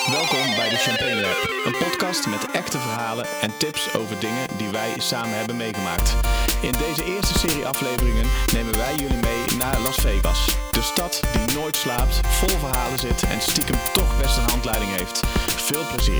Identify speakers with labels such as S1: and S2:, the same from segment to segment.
S1: Welkom bij de Champagne Lab, een podcast met echte verhalen en tips over dingen die wij samen hebben meegemaakt. In deze eerste serie afleveringen nemen wij jullie mee naar Las Vegas. De stad die nooit slaapt, vol verhalen zit en stiekem toch best een handleiding heeft. Veel plezier.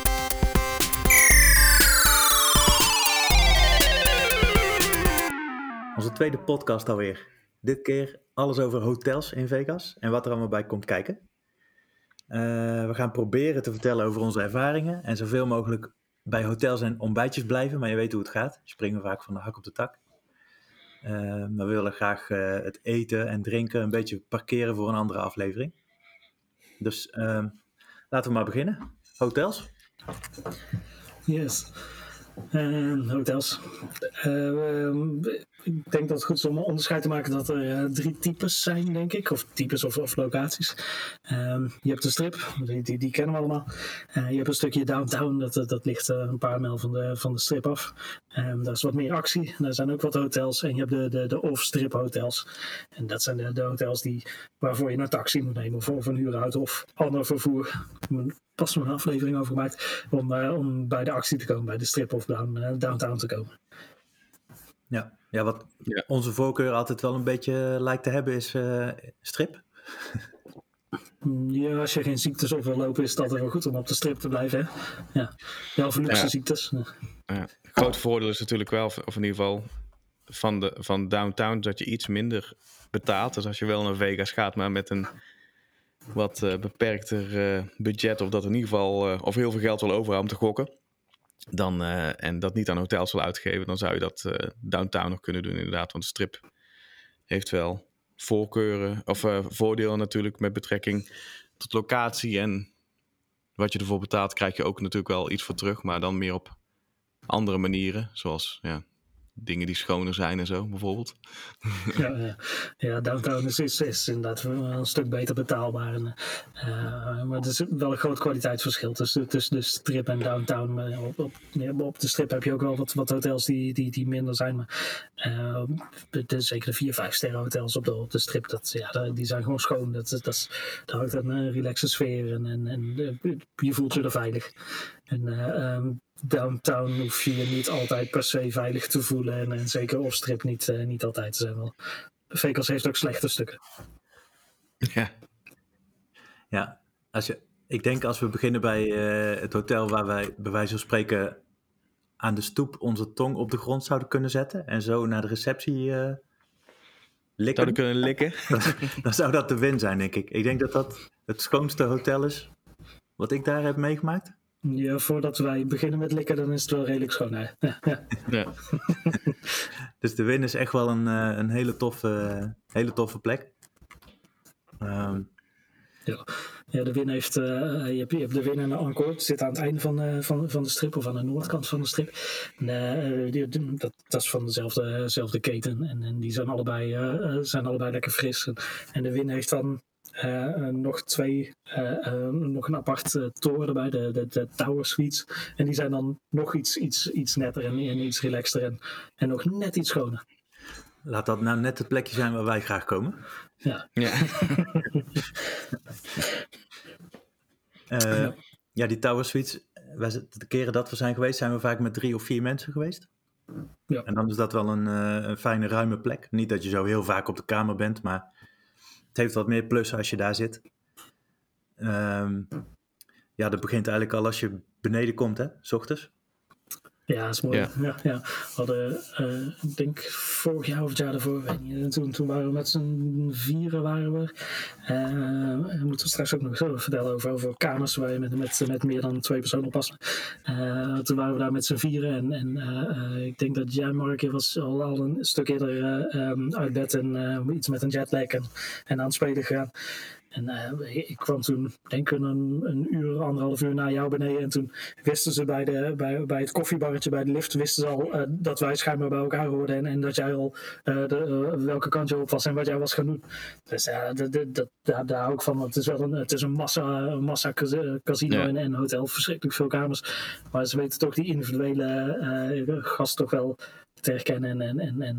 S2: Onze tweede podcast alweer. Dit keer alles over hotels in Vegas en wat er allemaal bij komt kijken. We gaan proberen te vertellen over onze ervaringen en zoveel mogelijk bij hotels en ontbijtjes blijven, maar je weet hoe het gaat. Je springen vaak van de hak op de tak. Maar we willen graag het eten en drinken een beetje parkeren voor een andere aflevering. Dus laten we maar beginnen. Hotels?
S3: Yes. Hotels. Ik denk dat het goed is om onderscheid te maken dat er 3 types zijn, denk ik. Of types of locaties. Je hebt de strip, die kennen we allemaal. Je hebt een stukje downtown, dat ligt een paar mijl van de strip af. Daar is wat meer actie. Daar zijn ook wat hotels. En je hebt de off-strip hotels. En dat zijn de hotels waarvoor je een taxi moet nemen. Of een huurauto of ander vervoer. Pas nog een aflevering over gemaakt om bij de actie te komen, bij de strip of downtown te komen.
S2: Ja, wat onze voorkeur altijd wel een beetje lijkt te hebben is strip.
S3: Ja, als je geen ziektes op wil lopen, is dat wel goed om op de strip te blijven. Hè? Ja, wel voor luxe ziektes.
S1: Ja. Het grote voordeel is natuurlijk wel, of in ieder geval van downtown, dat je iets minder betaalt. Dus als je wel naar Vegas gaat, maar met een wat beperkter budget, of dat in ieder geval of heel veel geld wil overhouden om te gokken, dan, en dat niet aan hotels wil uitgeven, dan zou je dat downtown nog kunnen doen inderdaad. Want de strip heeft wel voorkeuren of voordelen natuurlijk met betrekking tot locatie, en wat je ervoor betaalt krijg je ook natuurlijk wel iets voor terug, maar dan meer op andere manieren, zoals dingen die schoner zijn en zo, bijvoorbeeld.
S3: Ja, downtown is inderdaad een stuk beter betaalbaar. Maar er is wel een groot kwaliteitsverschil tussen de strip en downtown. Op de strip heb je ook wel wat hotels die minder zijn. Maar zeker de 4-5 sterren hotels op de strip, die zijn gewoon schoon. Daar hangt een relaxe sfeer en je voelt je er veilig. En downtown hoef je je niet altijd per se veilig te voelen. En zeker off-strip niet altijd. Vegas heeft ook slechte stukken.
S2: Ja, ik denk als we beginnen bij het hotel waar wij bij wijze van spreken aan de stoep onze tong op de grond zouden kunnen zetten en zo naar de receptie likken.
S1: Zouden kunnen likken?
S2: Dan zou dat de win zijn, denk ik. Ik denk dat dat het schoonste hotel is wat ik daar heb meegemaakt.
S3: Ja, voordat wij beginnen met likken, dan is het wel redelijk schoon. Hè? Ja.
S2: Dus de Win is echt wel een hele toffe plek.
S3: Ja, de Win heeft... je hebt de Win en de Encore. Het zit aan het einde van de strip, of aan de noordkant van de strip. Dat is van dezelfde keten. En die zijn allebei lekker fris. En de Win heeft dan nog een apart toren erbij, de Tower Suites. En die zijn dan nog iets netter en iets relaxter en nog net iets schoner.
S2: Laat dat nou net het plekje zijn waar wij graag komen.
S3: Ja.
S2: Die Tower Suites, de keren dat we zijn geweest, zijn we vaak met 3 of 4 mensen geweest. Ja. En dan is dat wel een fijne, ruime plek. Niet dat je zo heel vaak op de kamer bent, maar het heeft wat meer plussen als je daar zit. Dat begint eigenlijk al als je beneden komt, hè, 's ochtends.
S3: Ja, dat is mooi. Ja. We hadden, ik denk vorig jaar of het jaar daarvoor, weet niet. Toen waren we met z'n 4 we moeten straks ook nog vertellen over kamers waar je met meer dan 2 personen oppassen. Toen waren we daar met z'n 4 en ik denk dat jij, Mark, was al een stuk eerder uit bed en iets met een jetlag en aan het spelen gegaan. En ik kwam toen, denk ik, een uur, 1,5 uur na jou beneden. En toen wisten ze bij het koffiebarretje, bij de lift, wisten ze al dat wij schijnbaar bij elkaar hoorden. En dat jij al welke kant je op was en wat jij was gaan doen. Dus daar hou ik van. Het is een massa casino en hotel. Verschrikkelijk veel kamers. Maar ze weten toch die individuele gasten toch wel te herkennen en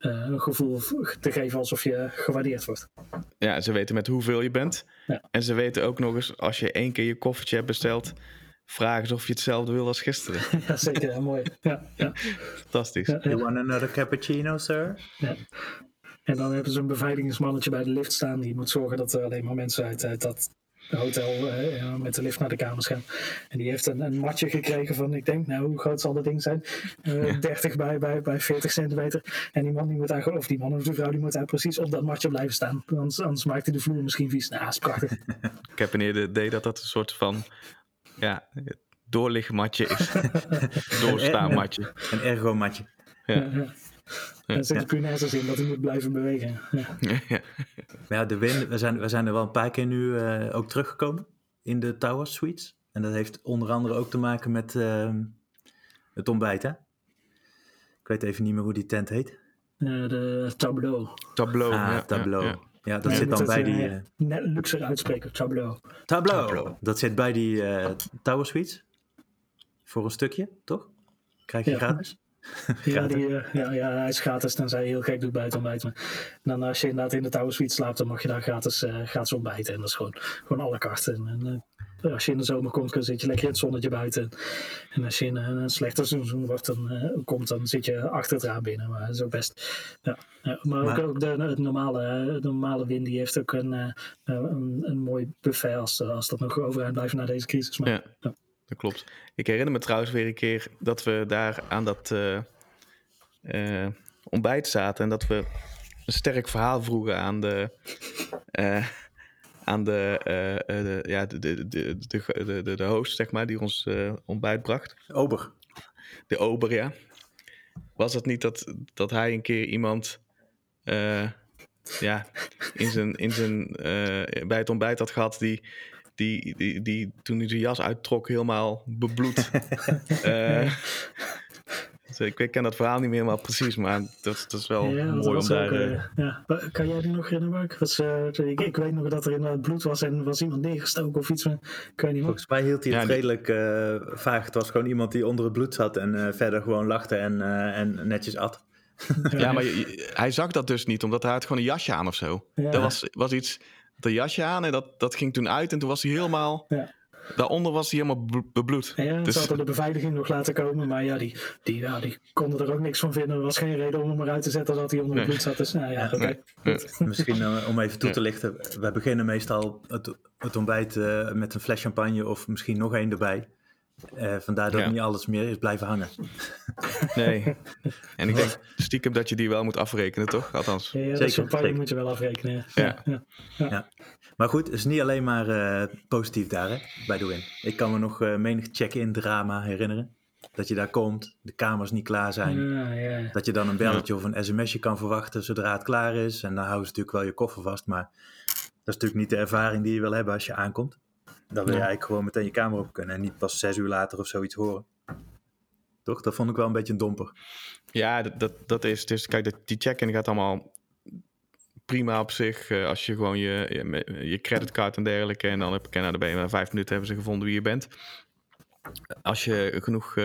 S3: een gevoel te geven alsof je gewaardeerd wordt.
S1: Ja, ze weten met hoeveel je bent.
S3: Ja.
S1: En ze weten ook nog eens, als je 1 keer je koffertje hebt besteld, vragen ze of je hetzelfde wil als gisteren.
S3: Ja, zeker. Ja, mooi. Ja.
S1: Fantastisch.
S3: Ja.
S2: You want another cappuccino, sir?
S3: Ja. En dan hebben ze een beveiligingsmannetje bij de lift staan. Die moet zorgen dat er alleen maar mensen uit dat hotel met de lift naar de kamers gaan. En die heeft een matje gekregen van, ik denk, hoe groot zal dat ding zijn? 30 bij 40 centimeter. En die man die moet daar, of die man of de vrouw, die moet daar precies op dat matje blijven staan. Anders maakt hij de vloer misschien vies. Nou, dat is prachtig.
S1: Ik heb een idee dat een soort van doorligmatje is. Doorstaanmatje.
S2: Een ergomatje.
S1: Ja.
S3: Er zitten punaises in dat hij moet blijven bewegen. Ja.
S1: Ja.
S2: Maar ja, de wind, we zijn er wel een paar keer nu ook teruggekomen in de Tower Suites. En dat heeft onder andere ook te maken met het ontbijt, hè? Ik weet even niet meer hoe die tent heet.
S3: De Tableau.
S1: Tableau.
S2: Tableau. Ja, dat
S3: Ja,
S2: zit dan bij die...
S3: net luxer uitspreken, Tableau.
S2: Tableau. Dat zit bij die Tower Suites. Voor een stukje, toch? Krijg je gratis?
S3: Ja, hij is gratis tenzij je heel gek doet bij het ontbijt. Maar dan als je inderdaad in de Tower Suite slaapt, dan mag je daar gratis ontbijten. En dat is gewoon à la carte. En als je in de zomer komt, dan zit je lekker in het zonnetje buiten. En als je in een slechter seizoen dan zit je achter het raam binnen. Maar dat is ook best... Ja. Maar ook de normale Win, die heeft ook een mooi buffet als dat nog overeind blijft na deze crisis. Maar,
S1: Ja. Dat klopt. Ik herinner me trouwens weer een keer dat we daar aan dat ontbijt zaten en dat we een sterk verhaal vroegen aan de host, zeg maar, die ons ontbijt bracht.
S2: Ober.
S1: De ober, ja. Was het niet dat hij een keer iemand bij het ontbijt had gehad die toen hij zijn jas uittrok helemaal bebloed. Ik ken dat verhaal niet meer helemaal precies, maar dat is wel mooi om daar...
S3: Kan jij die nog herinneren? Ik weet nog dat er inderdaad bloed was en was iemand neergestoken of iets. Kan je niet
S2: Volgens mij hield hij het redelijk vaag. Het was gewoon iemand die onder het bloed zat en verder gewoon lachte en netjes at.
S1: Ja, maar hij zag dat dus niet, omdat hij had gewoon een jasje aan of zo.
S3: Ja.
S1: Dat was iets... een jasje aan en dat ging toen uit en toen was hij helemaal... Ja. Daaronder was hij helemaal bebloed.
S3: Ja, ze hadden de beveiliging nog laten komen, maar ja, die konden er ook niks van vinden. Er was geen reden om hem eruit te zetten dat hij onder het bloed zat. Dus oké.
S2: Misschien om even toe te lichten. We beginnen meestal het ontbijt met een fles champagne of misschien nog één erbij. Vandaar dat niet alles meer is blijven hangen.
S1: Nee. En ik denk stiekem dat je die wel moet afrekenen, toch? Althans.
S3: Ja, de champagne moet je wel afrekenen.
S2: Ja. Maar goed, het is niet alleen maar positief daar, hè, bij de Win. Ik kan me nog menig check-in drama herinneren. Dat je daar komt, de kamers niet klaar zijn.
S3: Ja.
S2: Dat je dan een belletje of een sms'je kan verwachten zodra het klaar is. En dan houden ze natuurlijk wel je koffer vast. Maar dat is natuurlijk niet de ervaring die je wil hebben als je aankomt. Dan wil je eigenlijk gewoon meteen je kamer op kunnen. En niet pas 6 uur later of zoiets horen. Toch? Dat vond ik wel een beetje een domper.
S1: Ja, dat is... Dus kijk, die check-in gaat allemaal prima op zich. Als je gewoon je creditcard en dergelijke... En dan dan ben je na 5 minuten hebben ze gevonden wie je bent. Als je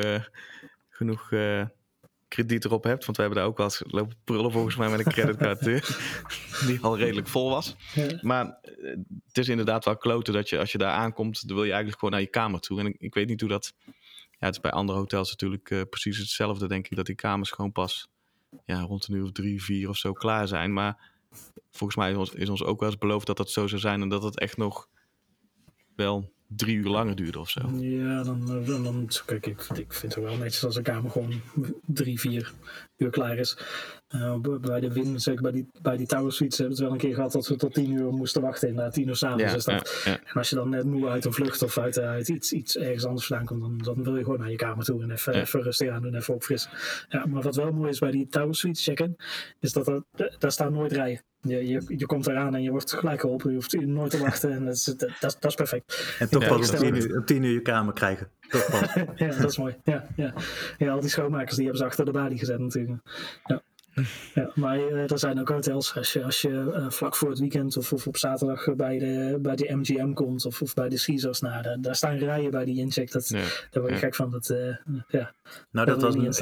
S1: genoeg krediet erop hebt... Want we hebben daar ook wel eens lopen prullen volgens mij met een creditcard... die al redelijk vol was. Ja. Maar het is inderdaad wel kloten dat je als je daar aankomt... dan wil je eigenlijk gewoon naar je kamer toe. En ik weet niet hoe dat... Ja, het is bij andere hotels natuurlijk precies hetzelfde, denk ik. Dat die kamers gewoon pas rond een uur of 3, 4 of zo klaar zijn. Maar volgens mij is ons ook wel eens beloofd dat dat zo zou zijn. En dat het echt nog wel 3 uur langer duurde of zo.
S3: Ja, dan kijk, ik vind het wel netjes als een kamer gewoon 3, 4 uur klaar is. Bij de Win, zeker bij die Tower Suites, hebben we het wel een keer gehad dat we tot 10 uur moesten wachten. Inderdaad, 10 uur s'avonds. Ja. En als je dan net moe uit een vlucht of uit iets ergens anders vandaan komt, dan wil je gewoon naar je kamer toe en even rustig aan doen, even opfrissen. Ja, maar wat wel mooi is bij die Tower Suites check-in, is dat daar staan nooit rijen. Je komt eraan en je wordt gelijk geholpen. Je hoeft nooit te wachten en dat is perfect.
S2: En toch pas op 10 uur je kamer krijgen. Toch pas.
S3: Ja, dat is mooi. Ja, al die schoonmakers die hebben ze achter de balie gezet natuurlijk. Ja, maar er zijn ook hotels, als je vlak voor het weekend of op zaterdag bij de MGM komt of bij de Caesars, daar staan rijen bij die incheck. Daar word je gek van.
S2: Nou,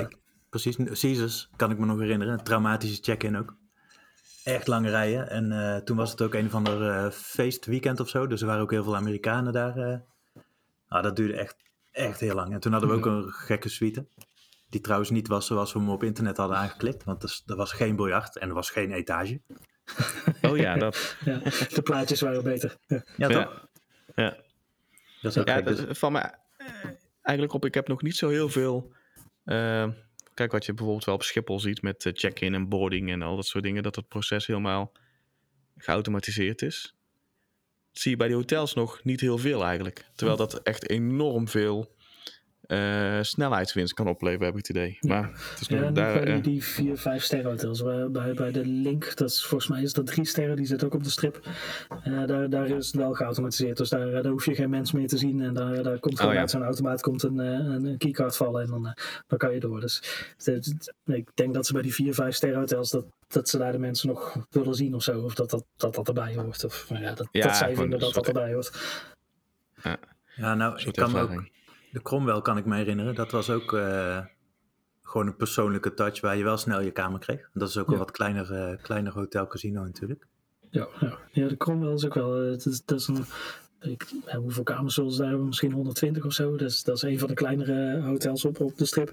S2: precies. Caesars kan ik me nog herinneren. Een traumatische check-in ook. Echt lange rijen. En toen was het ook een of ander feestweekend of zo. Dus er waren ook heel veel Amerikanen daar. Dat duurde echt heel lang. En toen hadden we ook een gekke suite. Die trouwens niet was zoals we hem op internet hadden aangeklikt. Want er was geen biljart en er was geen etage.
S1: Oh ja, dat...
S3: Ja, de plaatjes waren beter.
S2: Ja, toch?
S1: Ja.
S2: Dat is ook gek. Dus...
S1: van mij eigenlijk ik heb nog niet zo heel veel... kijk, wat je bijvoorbeeld wel op Schiphol ziet met check-in en boarding en al dat soort dingen, dat het proces helemaal geautomatiseerd is. Dat zie je bij die hotels nog niet heel veel eigenlijk. Terwijl dat echt enorm veel snelheidswinst kan opleveren, heb ik het idee. Maar het is nog
S3: bij die 4-5 sterren hotels. Bij de Link, volgens mij is dat 3 sterren, die zit ook op de strip. Daar is het wel geautomatiseerd. Dus daar hoef je geen mens meer te zien. En daar komt gewoon uit zo'n automaat komt een keycard vallen en dan kan je door. Dus ik denk dat ze bij die 4-5 sterren hotels dat ze daar de mensen nog willen zien of zo. Of dat erbij hoort. Of dat zij vinden dat erbij hoort.
S2: Ja, nou, ik kan ook... De Cromwell kan ik me herinneren. Dat was ook gewoon een persoonlijke touch waar je wel snel je kamer kreeg. Dat is ook een wat kleiner hotelcasino natuurlijk. Ja,
S3: de Cromwell is ook wel... dat is een... hoeveel kamers zullen ze daar hebben? Misschien 120 of zo. Dat is een van de kleinere hotels op de strip.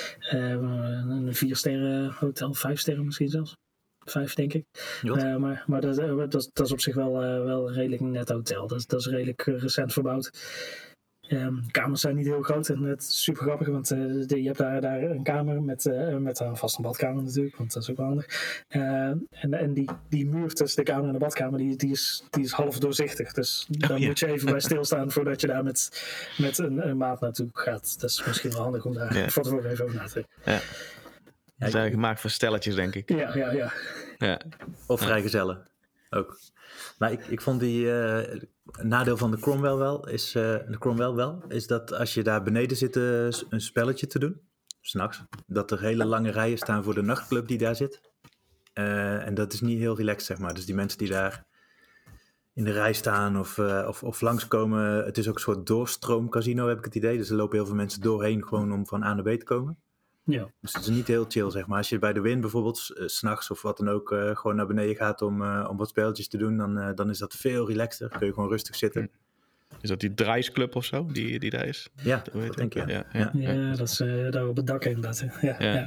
S3: Een 4 sterren hotel, 5 sterren misschien zelfs. 5 denk ik. Maar dat is op zich wel een redelijk net hotel. Dat is redelijk recent verbouwd. Kamers zijn niet heel groot en het is super grappig, want je hebt daar een kamer met vast een badkamer natuurlijk, want dat is ook wel handig. En die muur tussen de kamer en de badkamer, die is half doorzichtig. Dus daar moet je even bij stilstaan voordat je daar met een maat naartoe gaat. Dat is misschien wel handig om daar van tevoren even over na te denken.
S1: Ja. Dat is eigenlijk gemaakt voor stelletjes, denk ik.
S3: Ja.
S2: Of vrijgezellen ook. Maar ik vond nadeel van de Cromwell wel, is dat als je daar beneden zit een spelletje te doen, 's nachts, dat er hele lange rijen staan voor de nachtclub die daar zit. En dat is niet heel relaxed, zeg maar. Dus die mensen die daar in de rij staan of langskomen, het is ook een soort doorstroomcasino, heb ik het idee. Dus er lopen heel veel mensen doorheen gewoon om van A naar B te komen.
S3: Ja.
S2: Dus het is niet heel chill, zeg maar. Als je bij de Win bijvoorbeeld 's nachts of wat dan ook gewoon naar beneden gaat om wat spelletjes te doen, dan is dat veel relaxter. Kun je gewoon rustig zitten.
S1: Is dat die Draaisclub of zo, die daar is?
S2: Ja, dat denk ik.
S3: Ja, dat is daar op het dak inderdaad. Ja.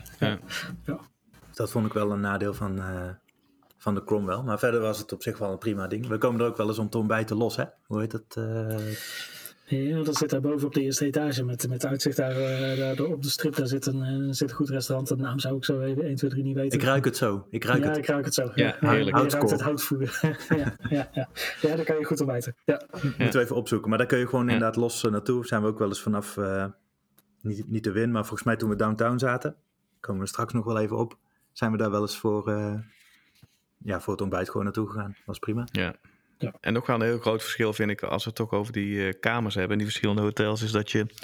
S2: Dat vond ik wel een nadeel van de Cromwell. Maar verder was het op zich wel een prima ding. We komen er ook wel eens om te ontbijten los, hè? Hoe heet dat?
S3: Ja, dat zit daar boven op de eerste etage met uitzicht daar op de strip. Daar zit een goed restaurant. De naam zou ik zo even 1, 2, 3 niet weten.
S2: Ik ruik het zo.
S3: Ik ruik het zo.
S1: Ja, heerlijk.
S3: Je ruikt het houtvuur. Ja, daar kan je goed ontbijten. Ja.
S2: Moeten we even opzoeken. Maar daar kun je gewoon inderdaad los naartoe. Zijn we ook wel eens vanaf, niet de Win, maar volgens mij toen we downtown zaten, komen we straks nog wel even op, zijn we daar wel eens voor het ontbijt gewoon naartoe gegaan. Was prima.
S1: Ja. En nog wel een heel groot verschil vind ik, als we het toch over die kamers hebben en die verschillende hotels, is dat je...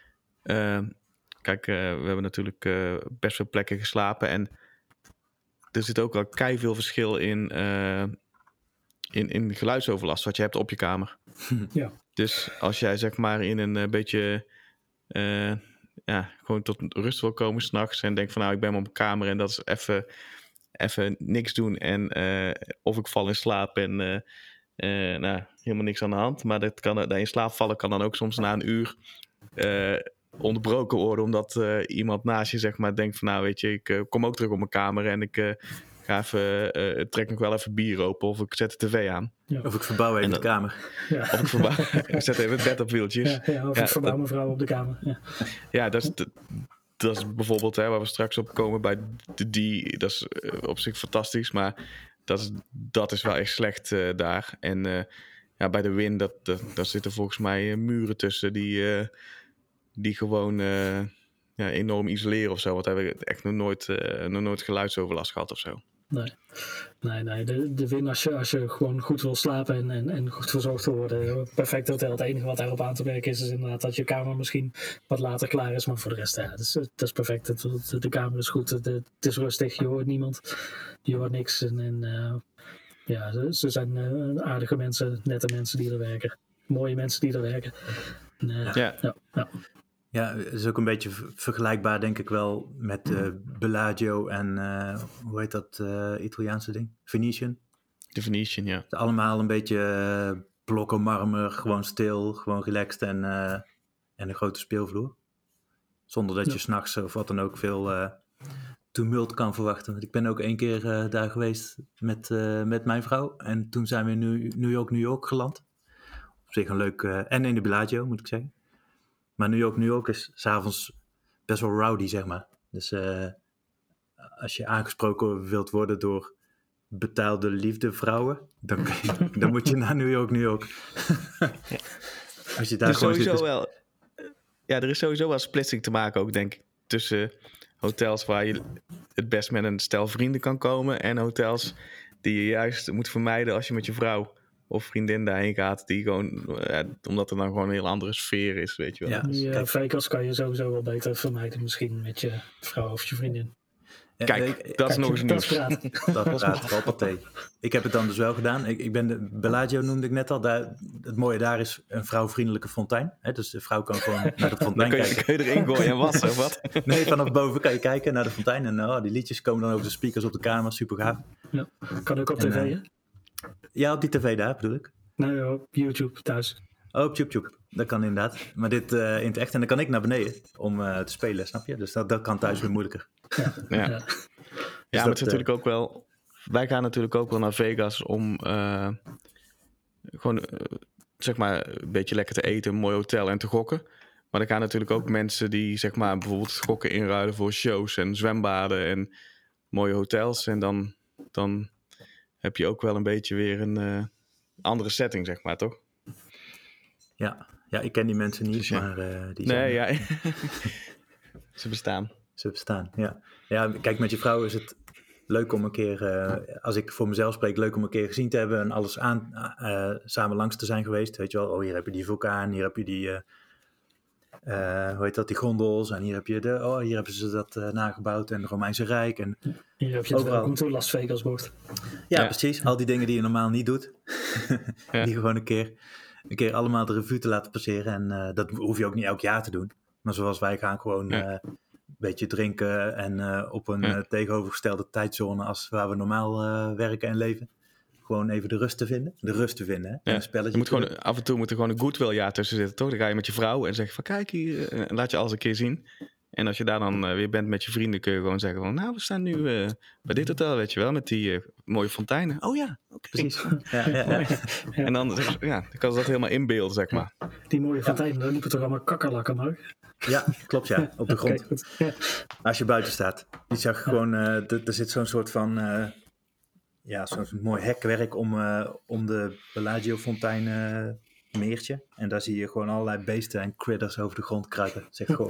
S1: we hebben natuurlijk best veel plekken geslapen en er zit ook wel keiveel verschil in geluidsoverlast wat je hebt op je kamer.
S3: Ja.
S1: Dus als jij zeg maar in een beetje gewoon tot rust wil komen 's nachts en denkt van nou ik ben op mijn kamer en dat is even niks doen en of ik val in slaap en helemaal niks aan de hand. Maar dat in slaap vallen kan dan ook soms na een uur onderbroken worden. Omdat iemand naast je zeg maar denkt van nou weet je, ik kom ook terug op mijn kamer en ik ga even, trek nog wel even bier open of ik zet de tv aan.
S2: Ja. Of ik verbouw even de kamer.
S3: Ja.
S1: Of ik zet even het bed op wieltjes.
S3: Of ik verbouw mijn vrouw op de kamer.
S1: Ja, dat is bijvoorbeeld waar we straks op komen bij dat is op zich fantastisch, maar dat is wel echt slecht daar. En bij de Win, daar zitten volgens mij muren tussen die gewoon enorm isoleren of zo. Want daar hebben we echt nog nooit geluidsoverlast gehad of zo.
S3: Nee. De Win, als je gewoon goed wil slapen en goed verzorgd wil worden, perfect hotel. Het enige wat daarop aan te werken is inderdaad dat je kamer misschien wat later klaar is. Maar voor de rest, dat is perfect. De kamer is goed, het is rustig, je hoort niemand, je hoort niks. Ze zijn aardige mensen, nette mensen die er werken. Mooie mensen die er werken.
S2: Ja, het is ook een beetje vergelijkbaar, denk ik wel, met Bellagio en hoe heet dat Italiaanse ding? Venetian.
S1: De Venetian, ja.
S2: Allemaal een beetje blokken marmer, gewoon stil, gewoon relaxed en een grote speelvloer. Zonder dat je 's nachts of wat dan ook veel tumult kan verwachten. Want ik ben ook 1 keer daar geweest met mijn vrouw. En toen zijn we in New York geland. Op zich een leuk... en in de Bellagio, moet ik zeggen. Maar New York is 's avonds best wel rowdy, zeg maar. Dus als je aangesproken wilt worden door betaalde liefdevrouwen, dan moet je naar New York. Als je daar
S1: Er is
S2: gewoon
S1: sowieso
S2: zit,
S1: wel... Ja, er is sowieso wel splitsing te maken ook, denk ik. Tussen hotels waar je het best met een stel vrienden kan komen. En hotels die je juist moet vermijden als je met je vrouw of vriendin daarheen gaat. Die gewoon, omdat er dan gewoon een heel andere sfeer is, weet je wel.
S2: Ja.
S3: Vegas kan je sowieso wel beter vermijden. Misschien met je vrouw of je vriendin.
S1: Kijk, dat is nog eens nieuws.
S2: Dat praat wel paté. Ik heb het dan dus wel gedaan. Ik ben de Bellagio noemde ik net al. Het mooie daar is een vrouwvriendelijke fontein. Hè? Dus de vrouw kan gewoon naar de fontein kijken.
S1: Kun je erin gooien en wassen of wat?
S2: Nee, vanaf boven kan je kijken naar de fontein. En die liedjes komen dan over de speakers op de kamer. Super gaaf.
S3: Ja. Kan ook op tv, hè?
S2: Ja, op die tv daar bedoel ik.
S3: Nee, op YouTube thuis.
S2: Oh, op YouTube. Dat kan inderdaad. Maar dit in het echt. En dan kan ik naar beneden om te spelen, snap je? Dus dat kan thuis weer moeilijker.
S1: Ja, maar het is natuurlijk ook wel... Wij gaan natuurlijk ook wel naar Vegas om gewoon zeg maar een beetje lekker te eten, een mooi hotel en te gokken. Maar er gaan natuurlijk ook mensen die zeg maar bijvoorbeeld gokken inruilen voor shows en zwembaden en mooie hotels. En dan heb je ook wel een beetje weer een andere setting, zeg maar, toch?
S2: Ja, ik ken die mensen niet,
S1: dus ja.
S2: Maar die zijn...
S1: Nee, ja. Ze bestaan.
S2: Ze bestaan, ja. Ja, kijk, met je vrouw is het leuk om een keer, als ik voor mezelf spreek, leuk om een keer gezien te hebben en alles samen langs te zijn geweest. Weet je wel, hier heb je die vulkaan, hier heb je die, hoe heet dat, die gondels en hier heb je hier hebben ze dat nagebouwd en het Romeinse Rijk. En
S3: hier heb je het welkom to Las Vegas bord.
S2: Ja, precies. Al die dingen die je normaal niet doet. Die gewoon een keer allemaal de revue te laten passeren. En dat hoef je ook niet elk jaar te doen. Maar zoals wij gaan gewoon een beetje drinken en op een tegenovergestelde tijdzone als waar we normaal werken en leven. Gewoon even de rust te vinden. Hè? En een spelletje.
S1: Je moet gewoon, af en toe moet er gewoon een goodwill jaar tussen zitten, toch? Dan ga je met je vrouw en zeg je van kijk hier, en laat je alles een keer zien. En als je daar dan weer bent met je vrienden, kun je gewoon zeggen van nou, we staan nu bij dit hotel, weet je wel, met die mooie fonteinen. Oh ja, oké.
S2: Precies. Ja.
S1: En dan kan ze dat helemaal inbeelden, zeg maar.
S3: Die mooie fonteinen, daar liepen toch allemaal kakkerlakken, maar.
S2: Ja, klopt ja, op de grond.
S3: Okay,
S2: als je buiten staat. Je zag gewoon, er zit zo'n soort van, zo'n mooi hekwerk om de Bellagio fontein meertje. En daar zie je gewoon allerlei beesten en critters over de grond kruipen. Zeg gewoon.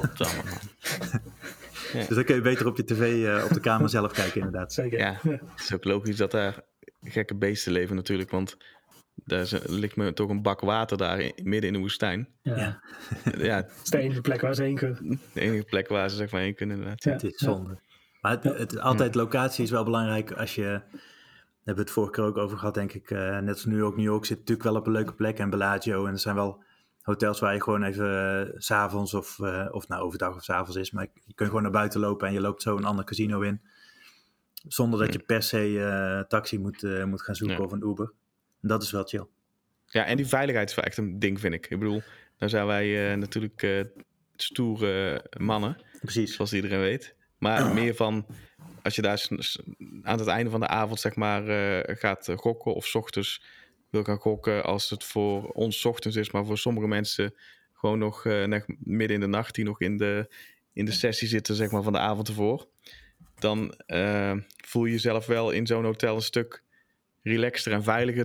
S2: Dus dan kun je beter op je tv op de kamer zelf kijken inderdaad.
S3: Zeker.
S1: Ja, het is ook logisch dat daar gekke beesten leven natuurlijk, want daar ligt me toch een bak water daar midden in de woestijn.
S3: Ja.
S1: Het
S3: is de enige plek waar ze heen kunnen.
S1: De enige plek waar ze zeg maar heen kunnen inderdaad.
S2: Ja. Het is zonde. Maar altijd locatie is wel belangrijk als je... Daar hebben we het vorige keer ook over gehad, denk ik. Net als New York zit natuurlijk wel op een leuke plek. En Bellagio. En er zijn wel hotels waar je gewoon even 's avonds of overdag of 's avonds is. Maar je kunt gewoon naar buiten lopen en je loopt zo een ander casino in. Zonder dat je per se taxi moet gaan zoeken of een Uber. En dat is wel chill.
S1: Ja, en die veiligheid is wel echt een ding, vind ik. Ik bedoel, daar zijn wij natuurlijk stoere mannen.
S2: Precies.
S1: Zoals iedereen weet. Maar meer van... Als je daar aan het einde van de avond zeg maar gaat gokken of 's ochtends wil gaan gokken, als het voor ons 's ochtends is, maar voor sommige mensen gewoon nog midden in de nacht die nog in de sessie zitten zeg maar van de avond ervoor, dan voel je jezelf wel in zo'n hotel een stuk relaxter en veiliger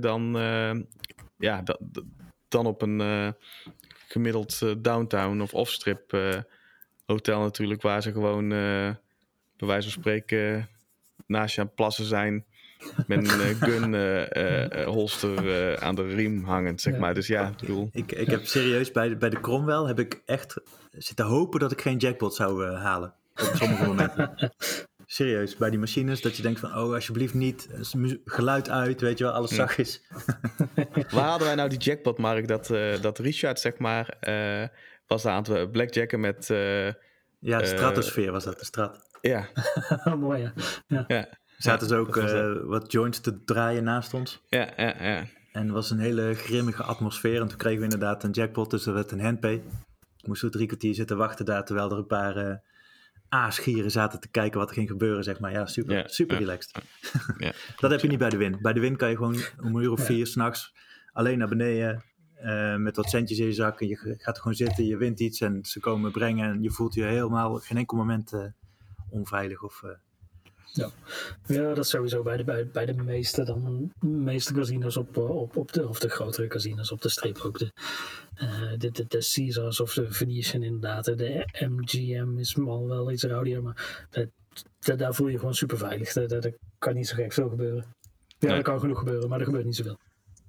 S1: dan op een gemiddeld downtown of offstrip hotel natuurlijk, waar ze gewoon... bij wijze van spreken naast je aan het plassen zijn met een gun holster aan de riem hangend, zeg maar. Dus ja, ik bedoel...
S2: Ik heb serieus bij de Cromwell heb ik echt zitten hopen dat ik geen jackpot zou halen. Op sommige momenten. Serieus, bij die machines dat je denkt van, oh, alsjeblieft niet, geluid uit, weet je wel, alles zacht is.
S1: Waar hadden wij nou die jackpot, Mark, dat Richard, zeg maar, was aan het blackjacken met...
S2: Stratosfeer was dat, de strat.
S1: Ja.
S3: Mooi, ja.
S1: Ja.
S2: Zaten ze ook wat joints te draaien naast ons.
S1: Ja.
S2: En het was een hele grimmige atmosfeer. En toen kregen we inderdaad een jackpot, dus er werd een handpay. Moesten we 3 kwartier zitten wachten daar, terwijl er een paar aasgieren zaten te kijken wat er ging gebeuren, zeg maar. Ja, super relaxed.
S1: Ja,
S2: dat heb je niet bij de win. Bij de win kan je gewoon om 1 uur of 4 s'nachts alleen naar beneden met wat centjes in je zak. En je gaat gewoon zitten, je wint iets en ze komen brengen. En je voelt je helemaal geen enkel moment onveilig of...
S3: Ja, dat is sowieso bij de meeste casinos of de grotere casinos op de streep ook. De Caesars of de Venetian inderdaad. De MGM is al wel iets rowdier, maar daar voel je gewoon super veilig. Daar kan niet zo gek veel gebeuren. Ja,
S1: Nee.
S3: er kan genoeg gebeuren, maar er gebeurt niet zoveel.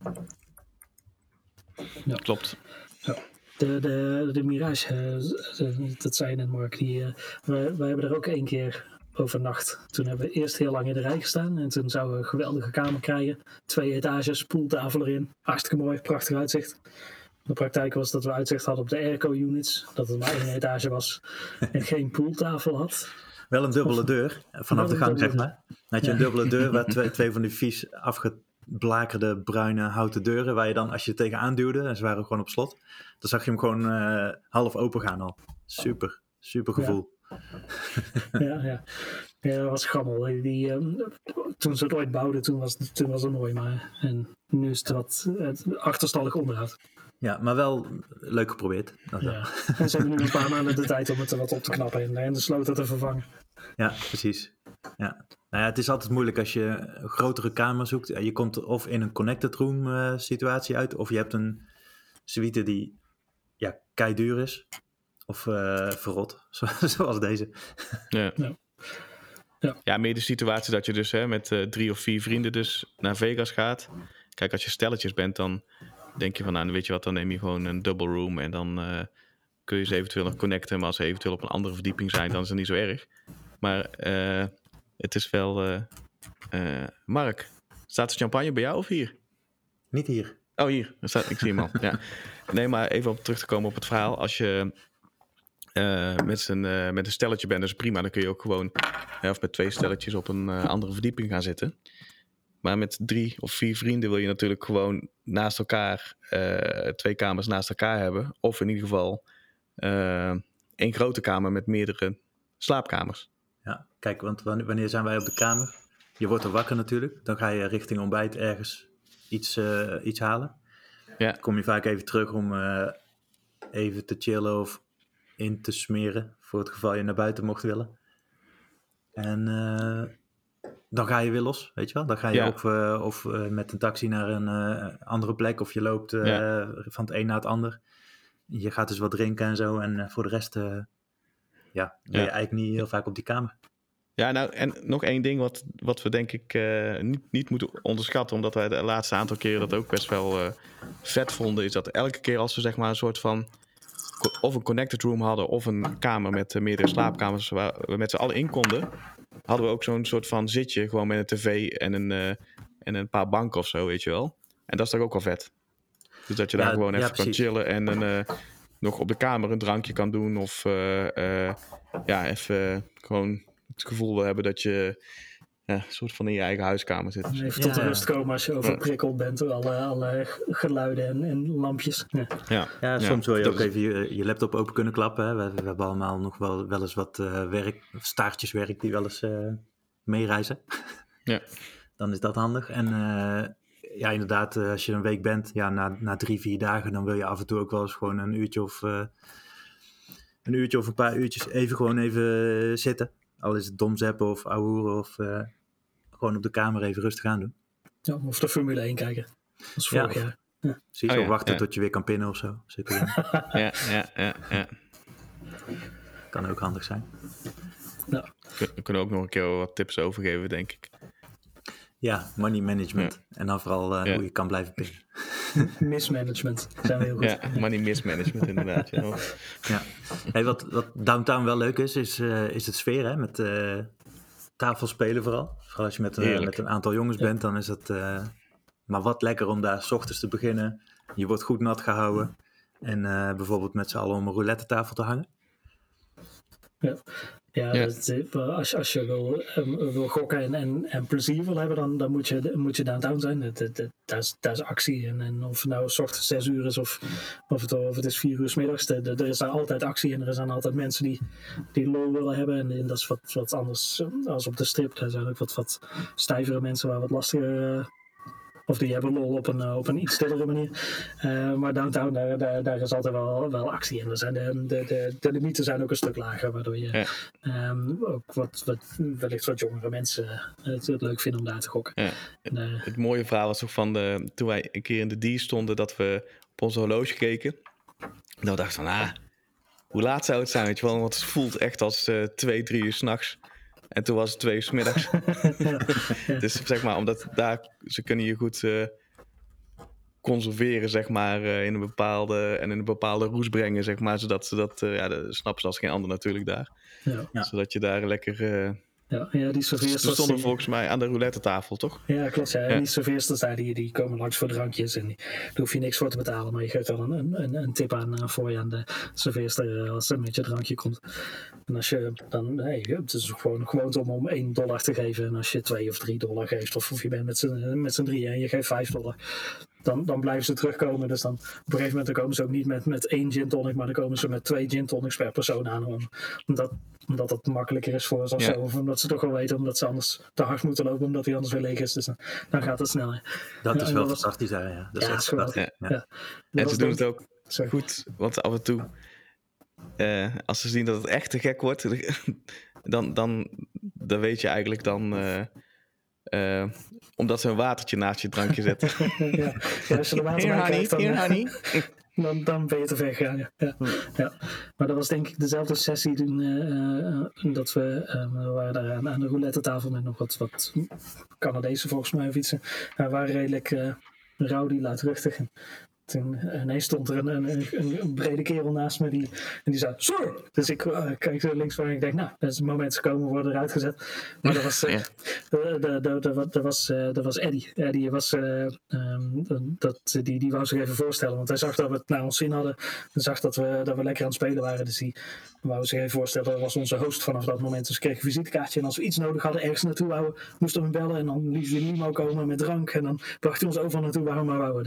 S3: Ja.
S1: Klopt.
S3: Ja. De Mirage, dat zei je net Mark, wij hebben er ook 1 keer overnacht. Toen hebben we eerst heel lang in de rij gestaan en toen zouden we een geweldige kamer krijgen. 2 etages, pooltafel erin. Hartstikke mooi, prachtig uitzicht. De praktijk was dat we uitzicht hadden op de airco-units, dat het maar 1 etage was en geen pooltafel had.
S2: Wel een dubbele deur vanaf de gang, zeg maar. Dan had je een dubbele deur waar twee van die vies afgeblakerde bruine houten deuren, waar je dan, als je tegenaan duwde, en ze waren gewoon op slot, dan zag je hem gewoon half open gaan al. Super gevoel.
S3: Ja, dat was grammel. Toen ze het ooit bouwden, toen was het mooi, maar en nu is het wat achterstallig onderhoud.
S2: Ja, maar wel leuk geprobeerd.
S3: Ja. En ze hebben nu een paar maanden de tijd om het wat op te knappen en de sloten te vervangen.
S2: Ja, precies. Ja. Nou ja, het is altijd moeilijk als je een grotere kamer zoekt. Je komt of in een connected room situatie uit, of je hebt een suite die kei duur is. Of verrot, zoals deze.
S1: Ja, meer de situatie dat je dus met 3 of 4 vrienden dus naar Vegas gaat. Kijk, als je stelletjes bent, dan denk je van, nou, weet je wat, dan neem je gewoon een double room en dan kun je ze eventueel nog connecten. Maar als ze eventueel op een andere verdieping zijn, dan is het niet zo erg. Maar het is wel... Mark, staat de champagne bij jou of hier?
S2: Niet hier.
S1: Oh, hier. Ik zie hem al. Ja. Nee, maar even op terug te komen op het verhaal. Als je met een stelletje bent, dus prima. Dan kun je ook gewoon of met 2 stelletjes op een andere verdieping gaan zitten. Maar met 3 of 4 vrienden wil je natuurlijk gewoon naast elkaar 2 kamers naast elkaar hebben. Of in ieder geval 1 grote kamer met meerdere slaapkamers.
S2: Ja, kijk, want wanneer zijn wij op de kamer? Je wordt er wakker natuurlijk. Dan ga je richting ontbijt ergens iets halen.
S1: Ja.
S2: Dan kom je vaak even terug om even te chillen of in te smeren. Voor het geval je naar buiten mocht willen. En dan ga je weer los, weet je wel. Dan ga je of met een taxi naar een andere plek. Of je loopt van het een naar het ander. Je gaat dus wat drinken en zo. En voor de rest ben je eigenlijk niet heel vaak op die kamer.
S1: Ja, nou, en nog 1 ding wat we denk ik niet moeten onderschatten, omdat wij de laatste aantal keren dat ook best wel vet vonden, is dat elke keer als we zeg maar een soort van of een connected room hadden of een kamer met meerdere slaapkamers waar we met z'n allen in konden, hadden we ook zo'n soort van zitje gewoon met een tv en een paar banken of zo, weet je wel. En dat is toch ook wel vet. Dus dat je daar gewoon even kan chillen en nog op de kamer een drankje kan doen of even gewoon het gevoel wil hebben dat je een soort van in je eigen huiskamer zit.
S3: Even tot rust komen als je overprikkeld bent door alle geluiden en lampjes.
S2: Ja, soms wil je ook even je laptop open kunnen klappen. Hè. We hebben allemaal nog wel eens wat staartjeswerk die wel eens meereizen.
S1: Ja.
S2: Dan is dat handig. En inderdaad, als je een week bent, na 3-4 dagen, dan wil je af en toe ook wel eens gewoon een uurtje of een paar uurtjes even zitten. Al is het dom zappen of ouwehoeren of gewoon op de kamer even rustig aan doen.
S3: Ja, of de Formule 1 kijken. Dat is vorig jaar. Ja.
S2: Precies, of wachten tot je weer kan pinnen of zo.
S1: Ja.
S2: Kan ook handig zijn.
S3: Ja.
S1: We kunnen ook nog een keer wat tips overgeven, denk ik.
S2: Ja, money management. Ja. En dan vooral hoe je kan blijven pinnen.
S3: Mismanagement zijn we heel goed.
S1: Ja, money mismanagement inderdaad. Ja.
S2: Hey, wat downtown wel leuk is het sfeer, hè? Met tafelspelen vooral. Vooral als je met een aantal jongens bent, dan is het maar wat lekker om daar 's ochtends te beginnen. Je wordt goed nat gehouden. En bijvoorbeeld met z'n allen om een roulette tafel te hangen.
S3: Ja. Als je wil gokken en plezier wil hebben, dan moet je downtown zijn. Daar is actie. En of het nou 's ochtends 6 uur is of het is 4 uur 's middags. Er is daar altijd actie en er zijn altijd mensen die lol willen hebben. En dat is wat anders als op de strip. Daar zijn ook wat stijvere mensen waar wat lastiger... Of die hebben lol op een iets stillere manier. Maar downtown, daar is altijd wel actie. En de limieten zijn ook een stuk lager. Waardoor je ook wellicht wat jongere mensen het leuk vinden om daar te gokken.
S1: Ja. Het mooie verhaal was ook toen wij een keer in de D stonden, dat we op onze horloge keken. Nou dachten we hoe laat zou het zijn? Weet je wel? Want het voelt echt als 2, 3 uur 's nachts. En toen was het 2 uur 's middags. Dus zeg maar, omdat ze kunnen je goed conserveren, zeg maar, in een bepaalde roes brengen, zeg maar, zodat ze dat snappen ze als geen ander natuurlijk daar. Ja. Zodat je daar lekker...
S3: die serveersters...
S1: Ze stonden volgens mij aan de roulette tafel, toch?
S3: Ja, klopt. Ja. En die serveersters daar, die komen langs voor drankjes. En daar hoef je niks voor te betalen. Maar je geeft wel een tip aan voor je aan de serveerster als er met je drankje komt. En als je dan... het is gewoon gewoonte om $1 te geven. En als je $2 of $3 geeft, of je bent met z'n drieën en je geeft $5... Dan blijven ze terugkomen. Dus dan op een gegeven moment dan komen ze ook niet met 1 gin tonic, maar dan komen ze met 2 gin tonics per persoon aan. Omdat het makkelijker is voor ze of zo. Of omdat ze toch wel weten, omdat ze anders te hard moeten lopen, omdat hij anders weer leeg is. Dus dan gaat het sneller.
S2: Dat is wel fantastisch, ja. Dat is echt
S3: geweldig.
S1: Ja. En ze doen het ook goed, want af en toe, als ze zien dat het echt te gek wordt, dan weet je eigenlijk dan... omdat ze een watertje naast je drankje zetten.
S3: Als je er water bij krijgt, dan ben je te ver gegaan. Ja. Maar dat was denk ik dezelfde sessie toen dat we waren daar aan de roulette tafel met nog wat Canadezen volgens mij of iets. We waren redelijk rowdy, luidruchtig. Toen ineens stond er een brede kerel naast me die zei, sir! Dus ik kijk zo links van en ik denk, dat is het moment gekomen, worden eruit gezet. Maar dat was Eddie. Eddie was, die wou zich even voorstellen, want hij zag dat we het naar ons zin hadden. Hij zag dat we lekker aan het spelen waren, dus die wou zich even voorstellen. Dat was onze host vanaf dat moment. Dus we kregen een visitekaartje en als we iets nodig hadden, ergens naartoe wouden, moesten we hem bellen en dan liet hij limo komen met drank en dan bracht hij ons overal naartoe waar we maar wouden.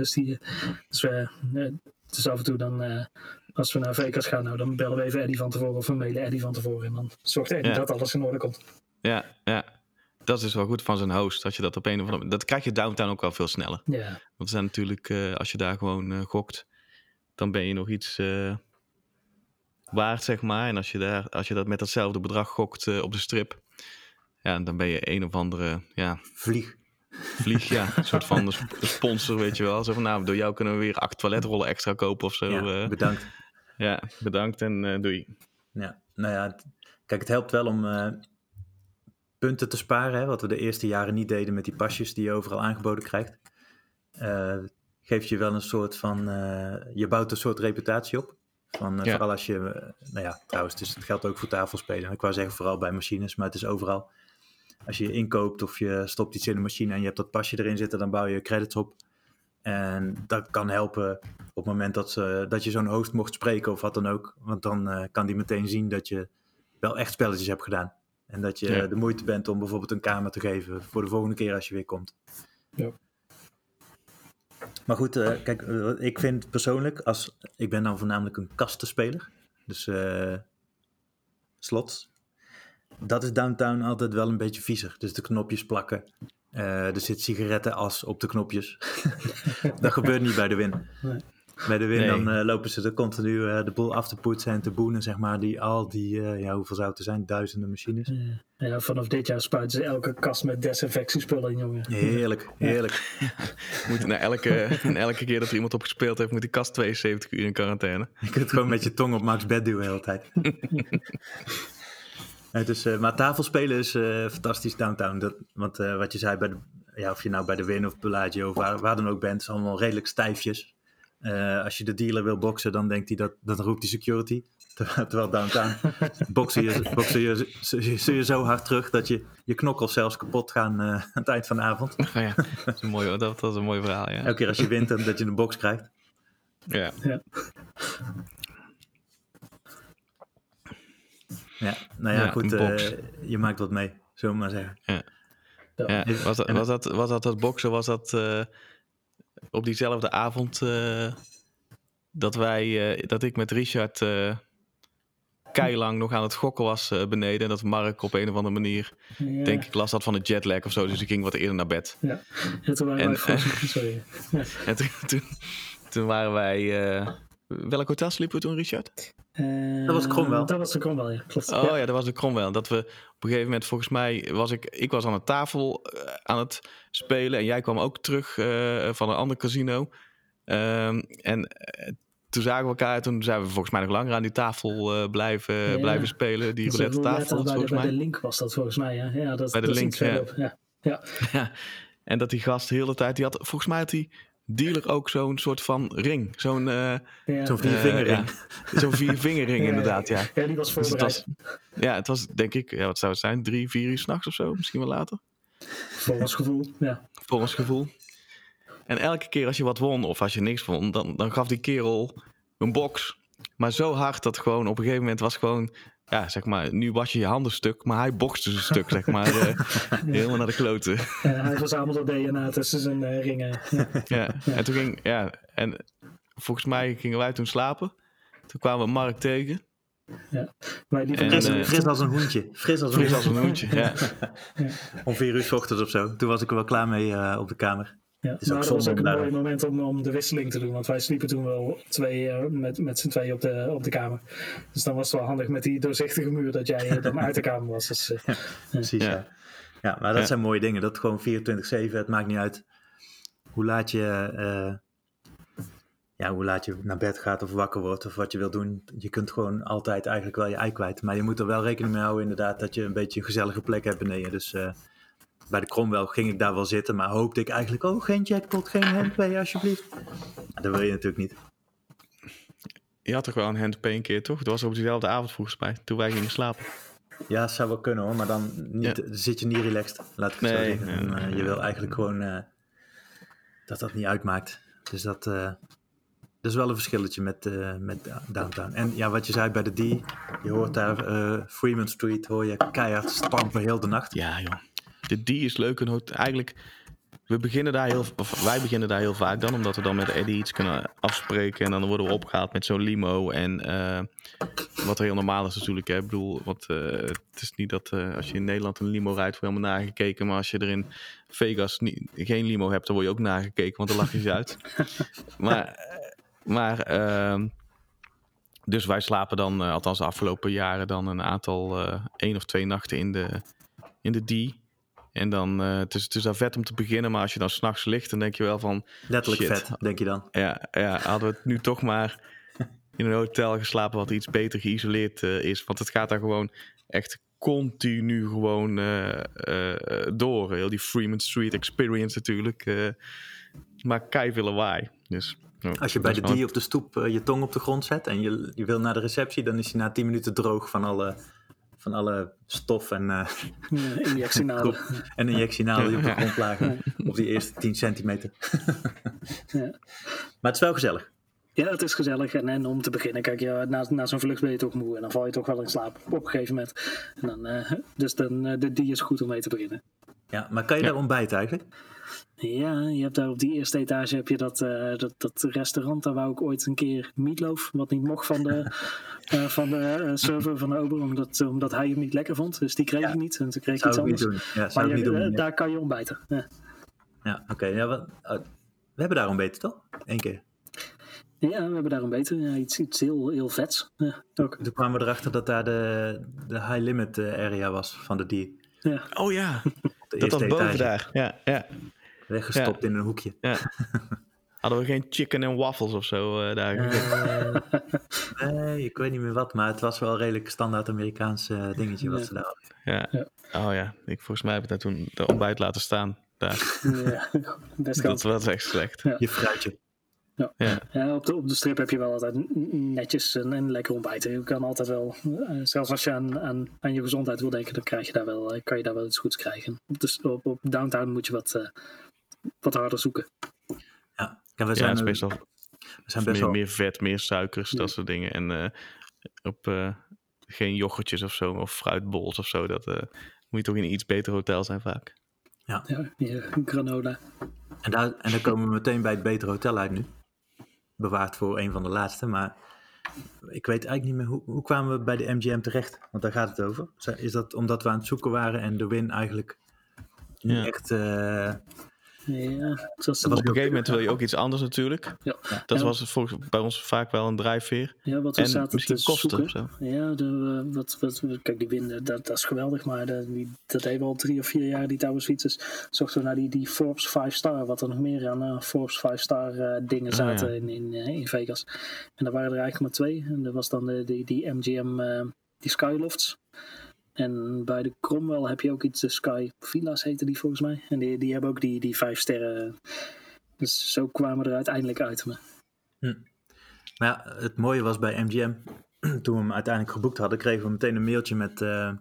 S3: Dus af en toe dan, als we naar Vegas gaan, dan bellen we even Eddie van tevoren of we mailen Eddie van tevoren en dan zorgt Eddie dat alles in orde komt.
S1: Ja. Dat is wel goed van zijn host, als je dat op een of andere manier... Dat krijg je downtown ook wel veel sneller.
S3: Ja.
S1: Want er zijn natuurlijk, als je daar gewoon gokt, dan ben je nog iets waard, zeg maar. En als je dat met datzelfde bedrag gokt op de strip, dan ben je een of andere...
S2: Vlieg,
S1: een soort van sponsor, weet je wel. Zo van, door jou kunnen we weer 8 toiletrollen extra kopen of zo.
S2: Ja, bedankt.
S1: Ja, bedankt en doei.
S2: Ja, kijk, het helpt wel om punten te sparen, hè, wat we de eerste jaren niet deden met die pasjes die je overal aangeboden krijgt. Geeft je wel een soort van, je bouwt een soort reputatie op. Vooral als je, trouwens, het geldt ook voor tafelspelen. Ik wou zeggen vooral bij machines, maar het is overal. Als je inkoopt of je stopt iets in de machine en je hebt dat pasje erin zitten, dan bouw je credits op. En dat kan helpen op het moment dat je zo'n host mocht spreken of wat dan ook. Want dan kan die meteen zien dat je wel echt spelletjes hebt gedaan. En dat je de moeite bent om bijvoorbeeld een kamer te geven voor de volgende keer als je weer komt.
S3: Ja.
S2: Maar goed, kijk, ik vind persoonlijk, ik ben dan voornamelijk een kastenspeler. Dus slots. Dat is downtown altijd wel een beetje viezer. Dus de knopjes plakken. Er zit sigarettenas op de knopjes. Dat gebeurt niet bij de Win.
S3: Nee.
S2: Bij de Win dan lopen ze er continu de boel af te poetsen en te boenen, zeg maar. Hoeveel zou het er zijn? Duizenden machines.
S3: Ja, vanaf dit jaar spuiten ze elke kast met desinfectiespullen in, jongen.
S2: Heerlijk.
S1: Moet elke keer dat er iemand op gespeeld heeft, moet die kast 72 uur in quarantaine.
S2: Je kunt gewoon met je tong op Max bed duwen de hele tijd. Maar tafelspelen is fantastisch downtown. Want wat je zei, of je nou bij de Win of Bellagio of waar dan ook bent, is allemaal redelijk stijfjes. Als je de dealer wil boksen, dan denkt hij dan roept hij security. Terwijl downtown boksen je zo hard terug dat je knokkels zelfs kapot gaan aan het eind van de avond.
S1: Oh ja, dat was een mooi verhaal, ja.
S2: Elke keer als je wint, dat je een box krijgt.
S1: Ja.
S2: Ja, nou ja,
S1: Ja,
S2: goed.
S1: een box.
S2: Je maakt wat mee, zullen we maar zeggen.
S1: Ja, was dat boksen, was dat op diezelfde avond dat ik met Richard keilang nog aan het gokken was beneden. En dat Mark op een of andere manier, denk ik, last had van een jetlag of zo. Dus ik ging wat eerder naar bed.
S3: Ja, toen waren wij sorry. Ja.
S1: En toen waren wij... welk hotel sliepen we toen, Richard?
S2: Dat was Cromwell.
S3: Dat was de Cromwell, ja. Klopt.
S1: Oh ja, dat was de Cromwell. Dat we op een gegeven moment, volgens mij, ik was aan de tafel aan het spelen. En jij kwam ook terug van een ander casino. Toen zagen we elkaar. Toen zijn we volgens mij nog langer aan die tafel blijven spelen. Die roulette tafel, volgens mij.
S3: Bij de Link was dat volgens mij, ja. Ja,
S1: bij de Link,
S3: ja.
S1: Ja. En dat die gast de hele tijd, volgens mij had die dealer ook zo'n soort van ring. Zo'n
S2: 4-vingerring.
S1: Zo'n 4-vingerring inderdaad, ja.
S3: Ja, die was voorbereid.
S1: Dus het was denk ik, wat zou het zijn, 3-4 uur 's nachts of zo, misschien wel later.
S3: Voor ons gevoel, ja.
S1: Voor ons gevoel. En elke keer als je wat won of als je niks won, dan gaf die kerel een box. Maar zo hard dat gewoon op een gegeven moment was gewoon... Ja, zeg maar, nu was je handen stuk, maar hij bokste een stuk, zeg maar. Helemaal naar de kloten.
S3: Hij verzamelde DNA tussen zijn ringen.
S1: Ja, en toen ging... Ja, en volgens mij gingen wij toen slapen. Toen kwamen we Mark tegen.
S3: Ja. Maar die
S2: fris als een hoentje. Fris als een hoentje,
S1: ja.
S2: Om 4 uur 's ochtends of zo. Toen was ik er wel klaar mee op de kamer.
S3: Ja, maar dat was ook een mooi moment om de wisseling te doen. Want wij sliepen toen wel met z'n tweeën op de kamer. Dus dan was het wel handig met die doorzichtige muur dat jij dan uit de kamer was. Dus,
S2: precies, ja. Ja, maar dat zijn mooie dingen. Dat gewoon 24/7, het maakt niet uit hoe laat je naar bed gaat of wakker wordt of wat je wil doen. Je kunt gewoon altijd eigenlijk wel je ei kwijt. Maar je moet er wel rekening mee houden inderdaad dat je een beetje een gezellige plek hebt beneden. Dus... bij de Cromwell ging ik daar wel zitten, maar hoopte ik eigenlijk... geen jackpot, geen handpay alsjeblieft. Dat wil je natuurlijk niet.
S1: Je had toch wel een handpay een keer, toch? Dat was op diezelfde avond volgens mij, toen wij gingen slapen.
S2: Ja, zou wel kunnen hoor, maar dan zit je niet relaxed, laat ik het zo zeggen. Je wil eigenlijk gewoon dat niet uitmaakt. Dus dat is wel een verschilletje met Downtown. En ja, wat je zei bij de D, je hoort daar Freeman Street, hoor je keihard stampen heel de nacht.
S1: Ja joh. De D is leuk. Eigenlijk, wij beginnen daar heel vaak dan, omdat we dan met Eddie iets kunnen afspreken. En dan worden we opgehaald met zo'n limo. En wat heel normaal is natuurlijk. Hè. Ik bedoel, het is niet dat als je in Nederland een limo rijdt, wordt helemaal nagekeken. Maar als je er in Vegas geen limo hebt, dan word je ook nagekeken, want dan lach je ze uit. Dus wij slapen dan, althans de afgelopen jaren, dan een aantal 1 of 2 nachten in de D. En dan, het is daar vet om te beginnen, maar als je dan 's nachts ligt, dan denk je wel van...
S2: Letterlijk
S1: shit.
S2: vet, denk je dan.
S1: Ja, hadden we het nu toch maar in een hotel geslapen wat iets beter geïsoleerd is. Want het gaat daar gewoon echt continu gewoon door. Heel die Freeman Street experience natuurlijk. Maar keiveel lawaai. Dus,
S2: als je bij de D op de stoep je tong op de grond zet en je wil naar de receptie, dan is hij na 10 minuten droog van alle stof en
S3: injectienaalden.
S2: En injectienaalden die op de grond lagen op die eerste 10 centimeter.
S3: Ja.
S2: Maar het is wel gezellig.
S3: Ja, het is gezellig. En om te beginnen, kijk, na zo'n vlucht ben je toch moe en dan val je toch wel in slaap op een gegeven moment. En die is goed om mee te beginnen.
S2: Ja, maar kan je daar ontbijten eigenlijk?
S3: Ja, je hebt daar op die eerste etage heb je dat restaurant. Daar wou ik ooit een keer meatloaf, wat niet mocht van de server van de ober, omdat hij hem niet lekker vond. Dus die kreeg ik niet. En toen kreeg ik iets anders. Maar daar kan je ontbijten.
S2: Ja, oké. Ja, we hebben daar ontbeten, toch? 1 keer.
S3: Ja, we hebben daar ontbeten. Ja, iets heel, heel vets. Ja, ook.
S2: Toen kwamen we erachter dat daar de high limit area was van de D.
S3: Ja.
S1: Oh ja,
S2: dat
S1: was boven daar. Ja.
S2: Weggestopt in een hoekje.
S1: Ja. Hadden we geen chicken en waffles of zo daar?
S2: Nee, ik weet niet meer wat, maar het was wel redelijk standaard Amerikaans dingetje wat ze daar hadden.
S1: Ja. Oh ja, volgens mij heb ik daar toen de ontbijt laten staan. Daar.
S3: Ja, best
S1: dat was echt slecht.
S3: Ja.
S2: Je fruitje.
S3: Ja, op de strip heb je wel altijd netjes en lekker ontbijten. Je kan altijd wel, zelfs als je aan je gezondheid wil denken, dan kan je daar wel iets goeds krijgen. Op Downtown moet je wat harder zoeken.
S2: Ja, we zijn best wel...
S1: meer vet, meer suikers, dat soort dingen. En geen yoghurtjes of zo, of fruitbols of zo. Dat moet je toch in een iets beter hotel zijn vaak.
S3: Ja, granola.
S2: En daar komen we meteen bij het betere hotel uit nu. Bewaard voor een van de laatste, maar ik weet eigenlijk niet meer hoe kwamen we bij de MGM terecht? Want daar gaat het over. Is dat omdat we aan het zoeken waren en de win eigenlijk niet echt...
S3: het was
S1: op een gegeven moment wil je ook iets anders natuurlijk.
S3: Ja.
S1: Dat was bij ons vaak wel een drijfveer.
S3: Ja, wat we
S1: en
S3: zaten
S1: misschien
S3: te
S1: kosten
S3: zoeken.
S1: of zo.
S3: Ja, kijk, die winnen, dat is geweldig. Maar dat hebben we al 3 of 4 jaar, die Tower Suites. Zochten we naar die Forbes 5-star. Wat er nog meer aan Forbes 5-star dingen zaten in Vegas. En daar waren er eigenlijk maar 2. En dat was dan die MGM, die Skylofts. En bij de Cromwell heb je ook iets, de Sky Villa's heten die volgens mij. En die hebben ook die 5 sterren. Dus zo kwamen we er uiteindelijk uit. Maar
S2: ja, het mooie was bij MGM, toen we hem uiteindelijk geboekt hadden, kregen we meteen een mailtje met...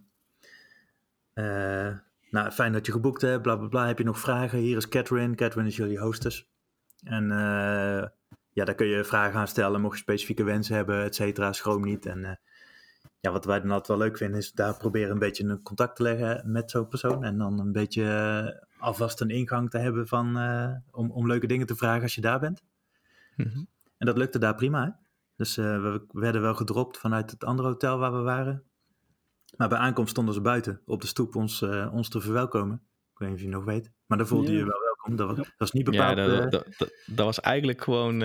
S2: fijn dat je geboekt hebt, bla bla bla. Heb je nog vragen? Hier is Catherine. Catherine is jullie hostess. En daar kun je vragen aan stellen, mocht je specifieke wensen hebben, et cetera. Schroom niet. En wat wij dan altijd wel leuk vinden, is daar proberen een beetje een contact te leggen met zo'n persoon. En dan een beetje alvast een ingang te hebben van, om leuke dingen te vragen als je daar bent.
S1: Mm-hmm.
S2: En dat lukte daar prima, hè? Dus we werden wel gedropt vanuit het andere hotel waar we waren. Maar bij aankomst stonden ze buiten op de stoep ons te verwelkomen. Ik weet niet of je nog weet. Maar dan voelde je wel welkom. Dat was niet bepaald...
S1: Ja, dat was eigenlijk gewoon...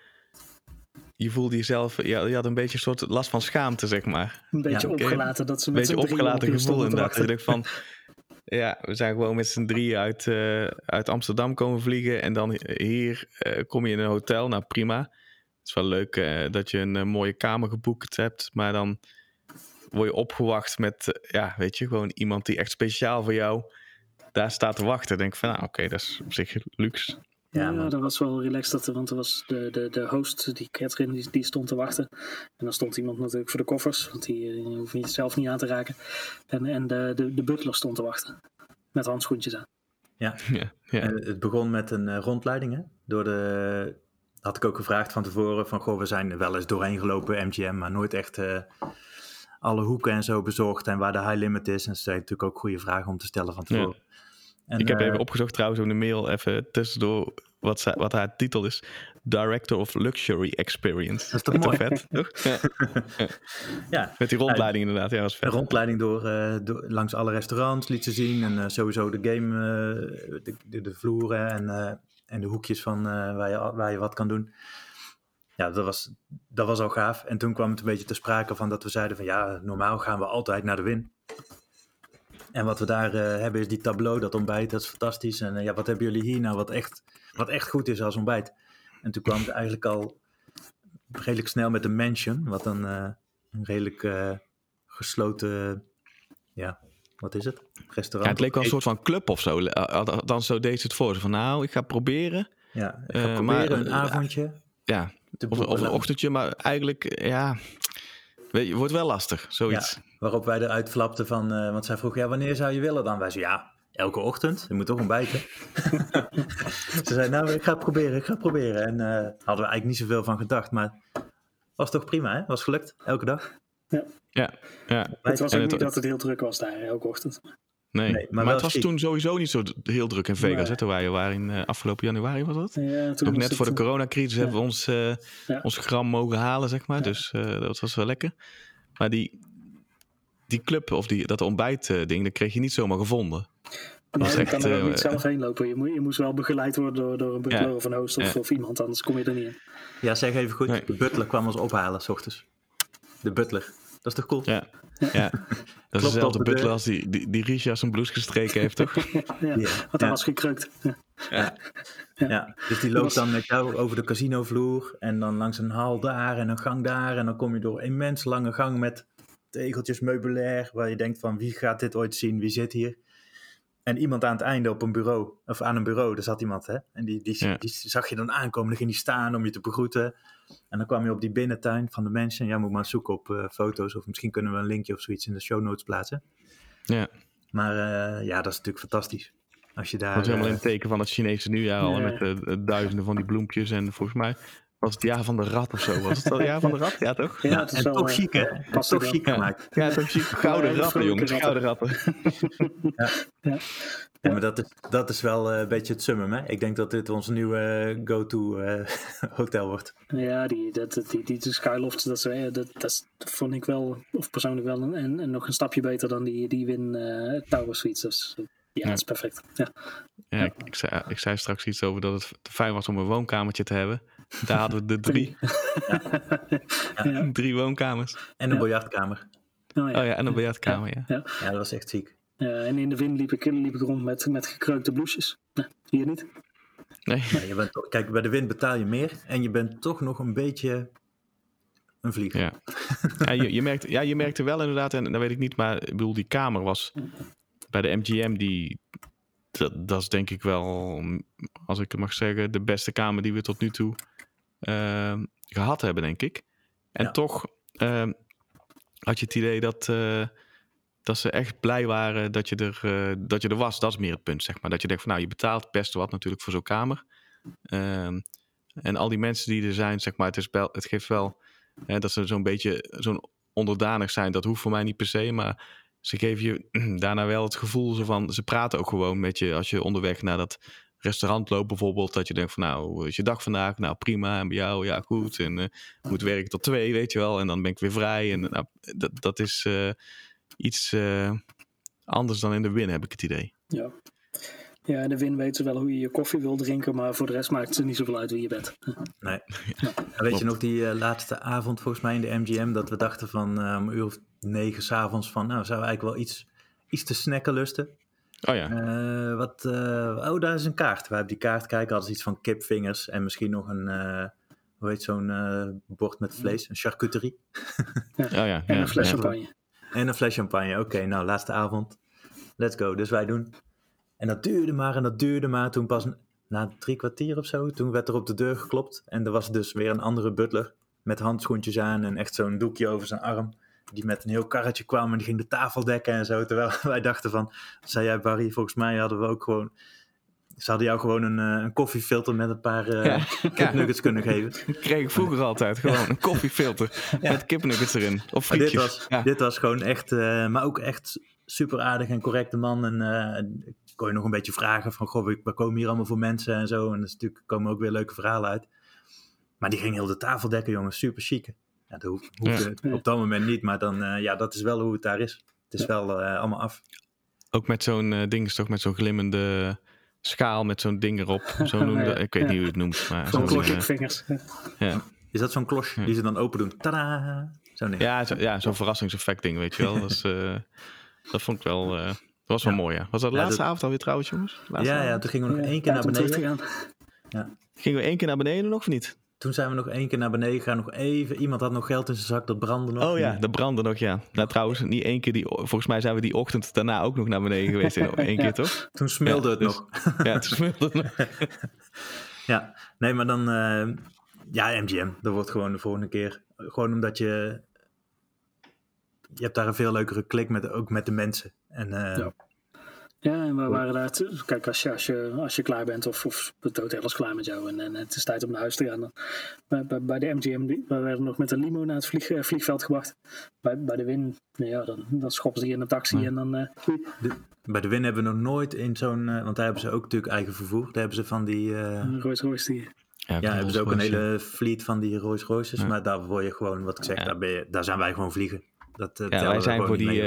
S1: je voelde jezelf... Ja, je had een beetje een soort last van schaamte, zeg maar.
S3: een beetje opgelaten. Dat ze met
S1: een beetje opgelaten gevoel inderdaad.
S3: Dat
S1: je dacht van... Ja, we zijn gewoon met z'n 3 uit Amsterdam komen vliegen. En dan hier kom je in een hotel. Nou, prima. Het is wel leuk dat je een mooie kamer geboekt hebt. Maar dan word je opgewacht met... weet je, gewoon iemand die echt speciaal voor jou daar staat te wachten. Denk van, oké, dat is op zich luxe.
S3: Ja, dat was wel relaxed. Want er was de host, die Catherine, die stond te wachten. En dan stond iemand natuurlijk voor de koffers. Want die hoef je zelf niet aan te raken. En de butler stond te wachten. Met handschoentjes aan.
S2: Ja. Het begon met een rondleiding. Hè? Had ik ook gevraagd van tevoren. Van, goh, we zijn wel eens doorheen gelopen, MGM. Maar nooit echt alle hoeken en zo bezocht. En waar de high limit is. En ze zijn natuurlijk ook goede vragen om te stellen van tevoren.
S1: Ja.
S2: En,
S1: ik heb even opgezocht trouwens op de mail, even tussendoor, wat haar titel is. Director of Luxury Experience.
S2: Dat is toch mooi?
S1: Vet, toch?
S2: Ja.
S1: Met die rondleiding inderdaad. Ja, was vet.
S2: Een rondleiding door langs alle restaurants liet ze zien. En sowieso de game, de vloeren en de hoekjes van waar je wat kan doen. Ja, dat was al gaaf. En toen kwam het een beetje ter sprake van dat we zeiden van ja, normaal gaan we altijd naar de Win. En wat we daar hebben is die tableau, dat ontbijt, dat is fantastisch. En wat hebben jullie hier nou wat echt goed is als ontbijt? En toen kwam het eigenlijk al redelijk snel met de Mansion, wat een redelijk gesloten, wat is het? Restaurant.
S1: Ja, het leek wel een soort van club of zo. Dan zo deed ze het voor. Ze van nou, ik ga proberen.
S2: Ja, ik ga proberen een avondje.
S1: Ja, of een ochtendje, maar eigenlijk, weet je, wordt wel lastig, zoiets.
S2: Ja, waarop wij eruit flapten van, want zij vroeg, wanneer zou je willen dan? Wij zeiden, elke ochtend, je moet toch ontbijten. Ze zei, nou, ik ga het proberen. En hadden we eigenlijk niet zoveel van gedacht, maar was toch prima, hè? Was gelukt, elke dag.
S1: Ja.
S3: Het was ook niet dat het heel druk was daar, elke ochtend.
S1: Nee, maar het was toen sowieso niet zo heel druk in Vegas, hè, toen wij waren in afgelopen januari, was dat?
S3: Ja,
S1: nog net voor de coronacrisis hebben we ons gram mogen halen, zeg maar. Ja. Dus dat was wel lekker. Maar die club of dat ontbijtding, dat kreeg je niet zomaar gevonden.
S3: Nee, je kan er ook niet zelf heen lopen. Je moest wel begeleid worden door een butler of een host of iemand, anders kom je er niet in.
S2: Ja, zeg even goed. Nee. De butler kwam ons ophalen 's ochtends. De butler. Dat is toch cool?
S1: Ja. Dat is dezelfde butler als die Richard zijn blouse gestreken heeft, toch?
S3: Want hij was gekreukt.
S2: Ja, dus die loopt dan met jou over de casinovloer en dan langs een hal daar en een gang daar. En dan kom je door een immens lange gang met tegeltjes, meubilair, waar je denkt van wie gaat dit ooit zien, wie zit hier? En iemand aan het einde op een bureau, of aan een bureau, daar zat iemand, hè? En die zag je dan aankomen, dan ging die staan om je te begroeten. En dan kwam je op die binnentuin van de Mansion. Ja, moet maar zoeken op foto's, of misschien kunnen we een linkje of zoiets in de show notes plaatsen.
S1: Ja.
S2: Maar dat is natuurlijk fantastisch. Als je daar,
S1: dat is helemaal in het teken van het Chinese nieuwjaar al, met duizenden van die bloempjes. En volgens mij Was het jaar van de rat of zo? Was het het jaar van de rat? Ja, toch?
S3: Ja, het is
S2: en
S3: wel,
S2: toch chic, hè? Toch chic gemaakt.
S1: Ja, toch chic. Gouden ratten, jongens. Gouden ratten.
S2: Ja, maar dat is wel een beetje het summum, hè? Ik denk dat dit ons nieuwe go-to hotel wordt.
S3: Ja, die Skyloft, dat vond ik wel, of persoonlijk wel, en nog een stapje beter dan die Win Tower Suites. Dus dat is perfect. Ja.
S1: Ik zei straks iets over dat het fijn was om een woonkamertje te hebben. Daar hadden we de 3. Ja. 3 woonkamers.
S2: En een biljartkamer.
S1: En een biljartkamer, ja.
S2: Ja, dat was echt ziek.
S3: En in de Win liep ik rond met gekreukte blouses. Hier niet.
S1: Nee.
S2: Ja, kijk, bij de Win betaal je meer en je bent toch nog een beetje een vlieger.
S1: Ja. Je merkte wel inderdaad, en dat weet ik niet, maar ik bedoel, die kamer was bij de MGM, dat is denk ik wel, als ik het mag zeggen, de beste kamer die we tot nu toe gehad hebben, denk ik. En toch had je het idee dat ze echt blij waren dat je er was. Dat is meer het punt, zeg maar. Dat je denkt van, nou, je betaalt best wat natuurlijk voor zo'n kamer. En al die mensen die er zijn, zeg maar, het geeft wel dat ze zo'n beetje zo'n onderdanig zijn. Dat hoeft voor mij niet per se, maar ze geven je daarna wel het gevoel zo van, ze praten ook gewoon met je als je onderweg naar dat restaurant loopt bijvoorbeeld, dat je denkt van, nou, hoe is je dag vandaag? Nou, prima. En bij jou, ja, goed. En moet werken tot 2, weet je wel. En dan ben ik weer vrij. En nou, dat is iets anders dan in de Win, heb ik het idee.
S3: Ja. Ja, in de Win weten ze wel hoe je je koffie wil drinken, maar voor de rest maakt het er niet zoveel uit wie je bent.
S2: Nee. Weet je nog die laatste avond volgens mij in de MGM, dat we dachten van om een uur of 9 s'avonds van, nou, zouden we eigenlijk wel iets te snacken lusten?
S1: Oh ja.
S2: Daar is een kaart. We hebben die kaart kijken, hadden ze iets van kipvingers en misschien nog een, zo'n bord met vlees, een charcuterie.
S3: En een fles champagne.
S2: En een fles champagne, oké, nou, laatste avond. Let's go, dus wij doen. En dat duurde maar. Toen pas na 3 kwartier of zo, toen werd er op de deur geklopt. En er was dus weer een andere butler met handschoentjes aan en echt zo'n doekje over zijn arm. Die met een heel karretje kwam en die ging de tafel dekken en zo. Terwijl wij dachten van, zei jij Barry, volgens mij hadden we ook gewoon... Ze hadden jou gewoon een koffiefilter met een paar kipnuggets kunnen geven.
S1: Dat kreeg ik vroeger altijd, gewoon een koffiefilter met kipnuggets erin. Of frietjes.
S2: Dit was gewoon echt, maar ook echt super aardig en correcte man. En kon je nog een beetje vragen van, goh, we komen hier allemaal voor mensen en zo. En er natuurlijk komen ook weer leuke verhalen uit. Maar die ging heel de tafel dekken, jongens, super chic. Ja, dat hoefde op dat moment niet, maar dan, dat is wel hoe het daar is. Het is wel allemaal af.
S1: Ook met zo'n ding, is toch met zo'n glimmende schaal met zo'n ding erop. Zo noemde dat. Ik weet niet hoe je het noemt. Maar
S3: zo'n klokvingers.
S2: Ja. Is dat zo'n klosje die ze dan open doen? Tadaa! Zo'n ding.
S1: Zo'n verrassingseffect ding, weet je wel. Dat vond ik wel... dat was wel mooi, ja. Was dat de laatste avond alweer trouwens, jongens?
S2: Toen gingen we nog 1 keer naar beneden.
S1: Gingen we 1 keer naar beneden nog of niet?
S2: Toen zijn we nog 1 keer naar beneden gegaan, nog even. Iemand had nog geld in zijn zak, dat brandde nog.
S1: Oh ja, dat brandde nog, ja. Nou, trouwens, niet 1 keer. Volgens mij zijn we die ochtend daarna ook nog naar beneden geweest. 1 keer, toch?
S2: Toen smulde het nog.
S1: Ja, toen smulde het nog.
S2: Ja, nee, maar dan... MGM, dat wordt gewoon de volgende keer. Gewoon omdat je hebt daar een veel leukere klik ook met de mensen. En,
S3: Ja, en we waren daar... Kijk, als je klaar bent of het hotel is klaar met jou en het is tijd om naar huis te gaan. Dan, bij de MGM, we werden nog met een limo naar het vliegveld gebracht. Bij de Win, dan schoppen ze je in een taxi en dan...
S2: Bij de Win hebben we nog nooit in zo'n... want daar hebben ze ook natuurlijk eigen vervoer. Daar hebben ze van die...
S3: Rolls-Royce die...
S2: Ja, hebben ze ook een hele fleet van die Rolls-Royces. Ja. Maar daar word je gewoon, wat ik zeg, daar zijn wij gewoon vliegen.
S1: Wij zijn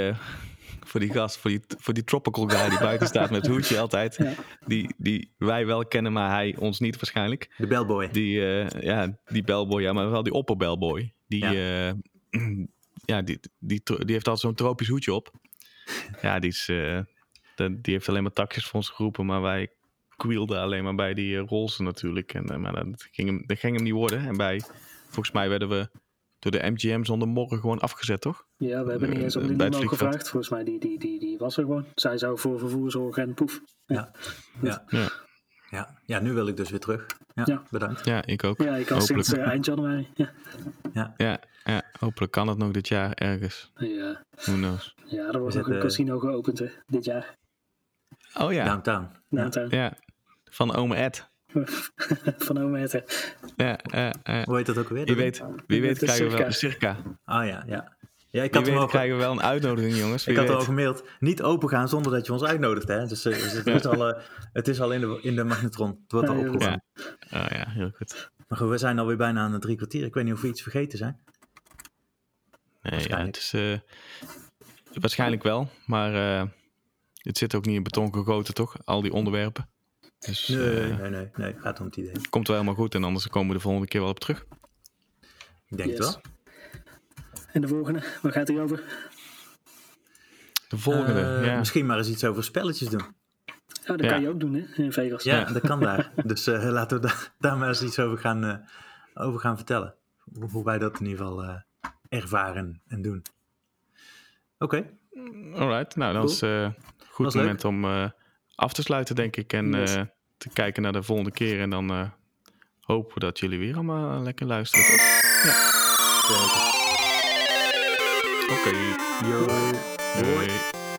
S1: voor die tropical guy die buiten staat met het hoedje altijd. Ja. Die wij wel kennen, maar hij ons niet waarschijnlijk.
S2: De bellboy.
S1: Die bellboy, maar wel die opperbellboy. Die heeft altijd zo'n tropisch hoedje op. Ja, die heeft alleen maar takjes voor ons geroepen, maar wij kwielden alleen maar bij die Rolls natuurlijk. Maar dat ging hem niet worden. En volgens mij werden we door de MGM zondagmorgen gewoon afgezet, toch?
S3: Ja, we hebben niet eens om die limo gevraagd. Volgens mij, die was er gewoon. Zij zou voor vervoer zorgen en poef.
S2: Ja, nu wil ik dus weer terug. Ja. Bedankt.
S1: Ja, ik ook.
S3: Ja, ik kan sinds eind januari.
S1: Ja, hopelijk kan het nog dit jaar ergens.
S3: Ja.
S1: Who knows?
S3: Ja, er wordt nog een casino geopend dit jaar.
S1: Oh ja.
S2: Downtown.
S1: Ja, van ome Ed.
S3: Van Ometer.
S1: Ja,
S2: Hoe heet dat ook weer?
S1: wie weet
S3: de
S1: krijgen we wel...
S3: Circa.
S1: Circa.
S2: Ah ja. Ja, ik
S1: Wie
S2: had hem
S1: weet
S2: al
S1: krijgen we wel een uitnodiging, jongens.
S2: Ik had al gemaild. Niet open gaan zonder dat je ons uitnodigt. Hè? Dus het is al in de magnetron. Het wordt al opgevangen.
S1: Ja. Oh ja, heel goed.
S2: Maar goed, we zijn alweer bijna aan de 3 kwartier. Ik weet niet of we iets vergeten zijn.
S1: Nee, ja, het is waarschijnlijk wel. Maar het zit ook niet in beton gegoten, toch? Al die onderwerpen. Dus,
S2: Nee. Gaat om het idee.
S1: Komt wel helemaal goed. En anders komen we de volgende keer wel op terug.
S2: Ik denk het wel.
S3: En de volgende, waar gaat hij over?
S1: De volgende,
S2: Misschien maar eens iets over spelletjes doen.
S3: Ja, dat kan je ook doen, hè, in Vegas.
S2: Ja, dat kan daar. Dus laten we daar maar eens iets over gaan vertellen. Hoe wij dat in ieder geval ervaren en doen. Oké.
S1: Alright, nou dat is een goed moment om af te sluiten, denk ik. En te kijken naar de volgende keer. En dan hopen we dat jullie weer allemaal lekker luisteren. Ja.
S2: Oké.
S1: Oké.
S2: Yo.
S1: Hoi.